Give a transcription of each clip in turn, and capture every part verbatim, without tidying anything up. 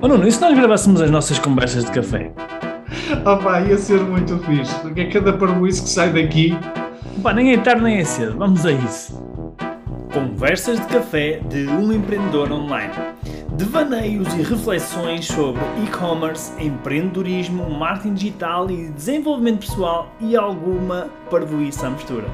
Oh Nuno, e se nós gravássemos as nossas conversas de café? Ah pá, ia ser muito fixe, porque é cada parboice que sai daqui. Pá, nem é tarde nem é cedo, vamos a isso. Conversas de café de um empreendedor online. Devaneios e reflexões sobre e-commerce, empreendedorismo, marketing digital e desenvolvimento pessoal e alguma parvoíce à mistura.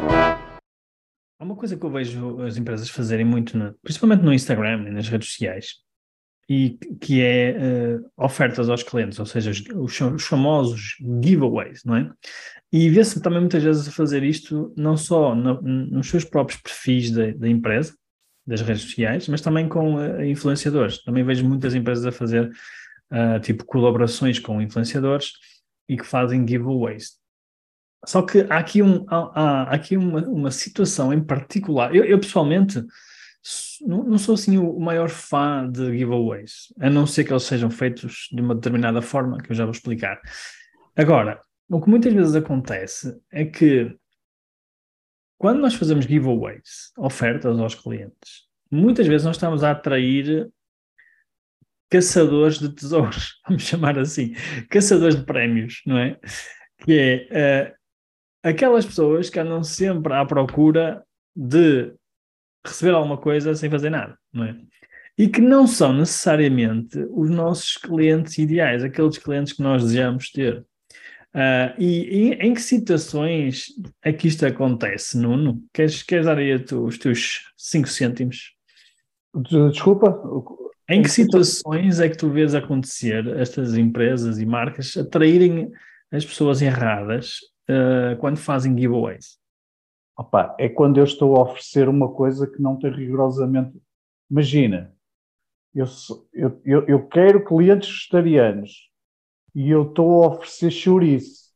Há uma coisa que eu vejo as empresas fazerem muito, no, principalmente no Instagram e nas redes sociais, e que é uh, ofertas aos clientes, ou seja, os, os famosos giveaways, não é? E vê-se também muitas vezes a fazer isto não só no, nos seus próprios perfis da, da empresa, das redes sociais, mas também com uh, influenciadores. Também vejo muitas empresas a fazer uh, tipo colaborações com influenciadores e que fazem giveaways. Só que há aqui, um, há, há aqui uma, uma situação em particular. Eu, eu pessoalmente não, não sou assim o, o maior fã de giveaways, a não ser que eles sejam feitos de uma determinada forma, que eu já vou explicar. Agora, o que muitas vezes acontece é que quando nós fazemos giveaways, ofertas aos clientes, muitas vezes nós estamos a atrair caçadores de tesouros, vamos chamar assim, caçadores de prémios, não é? Que é uh, aquelas pessoas que andam sempre à procura de receber alguma coisa sem fazer nada, não é? E que não são necessariamente os nossos clientes ideais, aqueles clientes que nós desejamos ter. Uh, e, e em que situações é que isto acontece, Nuno? Queres, queres dar aí tu, os teus cinco cêntimos? Desculpa? Em que situações é que tu vês acontecer estas empresas e marcas atraírem as pessoas erradas uh, quando fazem giveaways? Opa, é quando eu estou a oferecer uma coisa que não tem rigorosamente. Imagina, eu, sou- eu, eu, eu quero clientes vegetarianos e eu estou a oferecer chouriço.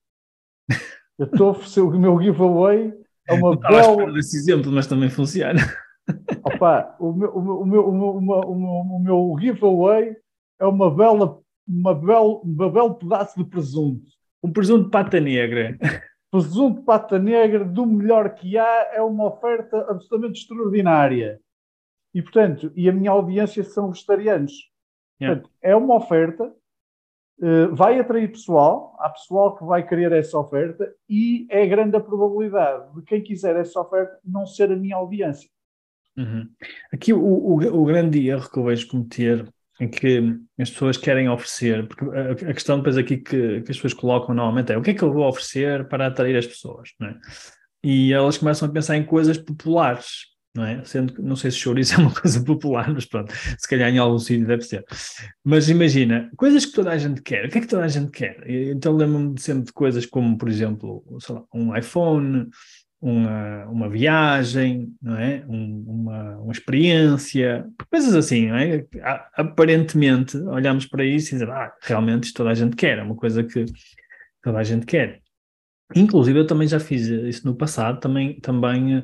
Eu estou a oferecer o meu giveaway a Não uma estava à espera bela. desse exemplo, mas também funciona. Opa, o meu, o meu, o meu, o meu, o meu, o meu o meu giveaway é uma bela, uma bela, um belo pedaço de presunto. Um presunto de pata negra. Presunto pata negra, do melhor que há, é uma oferta absolutamente extraordinária. E, portanto, e a minha audiência são vegetarianos. Yeah. Portanto, é uma oferta, uh, vai atrair pessoal, há pessoal que vai querer essa oferta e é grande a probabilidade de quem quiser essa oferta não ser a minha audiência. Uhum. Aqui o, o, o grande erro que eu vejo cometer é que as pessoas querem oferecer, porque a, a questão depois aqui que, que as pessoas colocam normalmente é o que é que eu vou oferecer para atrair as pessoas, não é? E elas começam a pensar em coisas populares, não é? Sendo que, não sei se chouriço é uma coisa popular, mas pronto, se calhar em algum sítio deve ser. Mas imagina, coisas que toda a gente quer, o que é que toda a gente quer? Então lembro-me sempre de coisas como, por exemplo, sei lá, um iPhone, uma, uma viagem, não é? Um, uma, uma experiência, coisas assim, não é? Aparentemente olhamos para isso e dizemos, ah, realmente isto toda a gente quer, é uma coisa que toda a gente quer. Inclusive eu também já fiz isso no passado, também, também,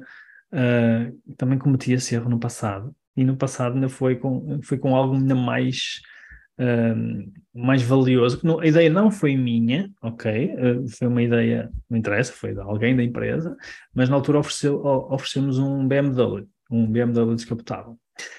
uh, também cometi esse erro no passado, e no passado ainda foi com, foi com algo ainda mais um, mais valioso, que não, a ideia não foi minha, ok? Uh, foi uma ideia, não interessa, foi de alguém da empresa, mas na altura ofereceu, oferecemos um B M W, um B M W descapotável.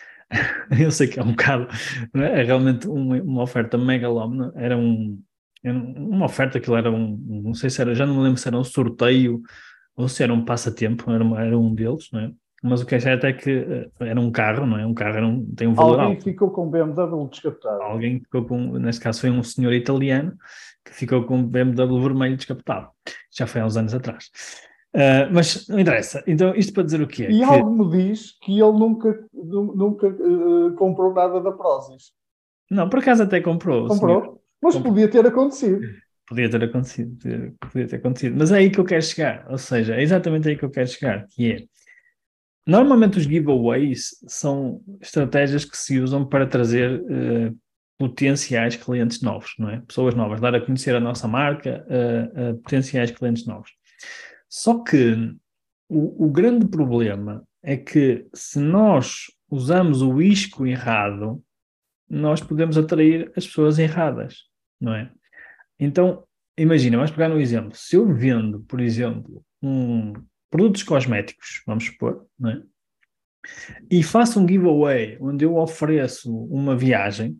Eu sei que é um bocado, não é? É realmente uma, uma oferta megalómana, era um, era uma oferta, aquilo era um, não sei se era, já não me lembro se era um sorteio ou se era um passatempo, era, uma, era um deles, não é? Mas o que é certo é que uh, era um carro, não é? Um carro era um, tem um valor Alguém alto. ficou com B M W descapotável. Alguém que ficou com, neste caso foi um senhor italiano, que ficou com um B M W vermelho descapotável. Já foi há uns anos atrás. Uh, mas não interessa. Então, isto para dizer o quê? E Que, algo me diz que ele nunca, nu- nunca uh, comprou nada da Prozis. não, por acaso até comprou o senhor. Comprou? Mas Comprou. podia ter acontecido. Podia ter acontecido, podia, podia ter acontecido. Mas é aí que eu quero chegar. Ou seja, é exatamente aí que eu quero chegar, que é, normalmente os giveaways são estratégias que se usam para trazer uh, potenciais clientes novos, não é? Pessoas novas, dar a conhecer a nossa marca a, a potenciais clientes novos. Só que o, o grande problema é que se nós usamos o isco errado, nós podemos atrair as pessoas erradas, não é? Então, imagina, vamos pegar um exemplo. Se eu vendo, por exemplo, um, produtos cosméticos, vamos supor, não é? E faço um giveaway onde eu ofereço uma viagem,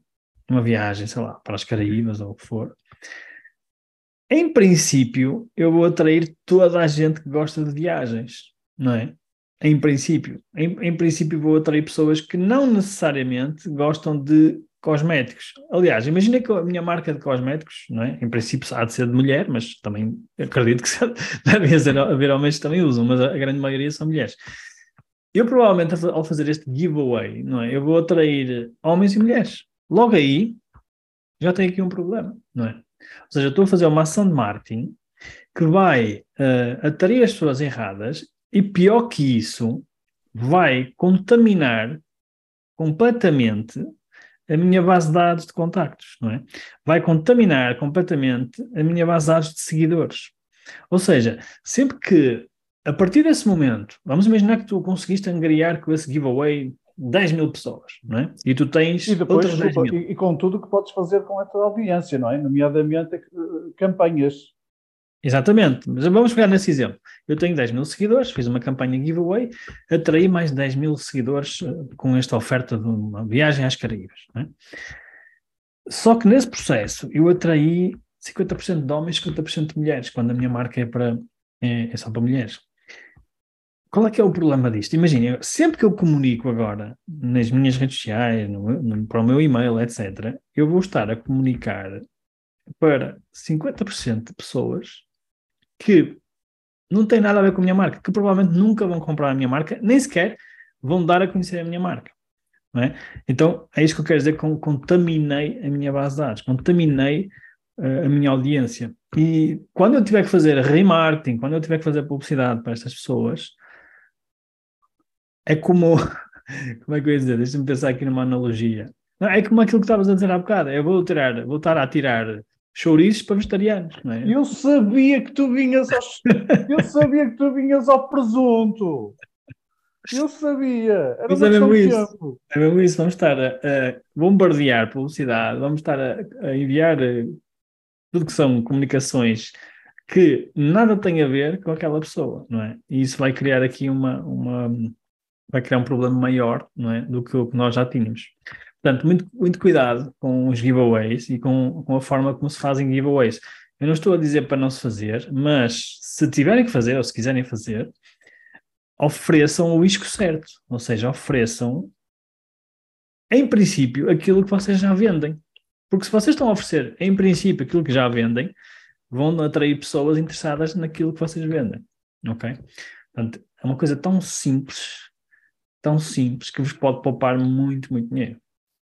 uma viagem, sei lá, para as Caraíbas ou o que for, em princípio, eu vou atrair toda a gente que gosta de viagens, não é? Em princípio. Em, em princípio, vou atrair pessoas que não necessariamente gostam de cosméticos. Aliás, imagina que a minha marca de cosméticos, não é? Em princípio, há de ser de mulher, mas também acredito que devem haver homens que também usam, mas a grande maioria são mulheres. Eu provavelmente, ao fazer este giveaway, não é? Eu vou atrair homens e mulheres. Logo aí, já tenho aqui um problema, não é? Ou seja, eu estou a fazer uma ação de marketing que vai uh, atrair as pessoas erradas e, pior que isso, vai contaminar completamente a minha base de dados de contactos, não é? Vai contaminar completamente a minha base de dados de seguidores. Ou seja, sempre que, a partir desse momento, vamos imaginar que tu conseguiste angariar com esse giveaway dez mil pessoas, não é? E tu tens E depois, outras dez mil. E, e com tudo o que podes fazer com essa audiência, não é? Nomeadamente uh, campanhas. Exatamente, mas vamos pegar nesse exemplo. Eu tenho dez mil seguidores, fiz uma campanha giveaway, atraí mais dez mil seguidores uh, com esta oferta de uma viagem às Caraíbas, não é? Só que nesse processo eu atraí cinquenta por cento de homens e cinquenta por cento de mulheres, quando a minha marca é, para, é, é só para mulheres. Qual é que é o problema disto? Imagina, sempre que eu comunico agora nas minhas redes sociais, no, no, para o meu e-mail, etcétera, eu vou estar a comunicar para cinquenta por cento de pessoas que não têm nada a ver com a minha marca, que provavelmente nunca vão comprar a minha marca, nem sequer vão dar a conhecer a minha marca. Não é? Então, é isso que eu quero dizer com contaminei a minha base de dados, contaminei uh, a minha audiência. E quando eu tiver que fazer remarketing, quando eu tiver que fazer publicidade para estas pessoas, é como... como é que eu ia dizer? Deixa-me pensar aqui numa analogia. Não, é como aquilo que estavas a dizer há bocado. Eu vou, tirar, vou estar a tirar chouriços para vegetarianos, não é? Eu sabia que tu vinhas aos... Eu sabia que tu vinhas ao presunto. Eu sabia. Era Mas uma é questão mesmo de isso. tempo. É mesmo isso. Vamos estar a, a bombardear publicidade, vamos estar a, a enviar uh, tudo que são comunicações que nada tem a ver com aquela pessoa, não é? E isso vai criar aqui uma, uma vai criar um problema maior, não é? Do que o que nós já tínhamos. Portanto, muito, muito cuidado com os giveaways e com, com a forma como se fazem giveaways. Eu não estou a dizer para não se fazer, mas se tiverem que fazer ou se quiserem fazer, ofereçam o isco certo. Ou seja, ofereçam, em princípio, aquilo que vocês já vendem. Porque se vocês estão a oferecer, em princípio, aquilo que já vendem, vão atrair pessoas interessadas naquilo que vocês vendem. Ok? Portanto, é uma coisa tão simples, tão simples, que vos pode poupar muito, muito dinheiro.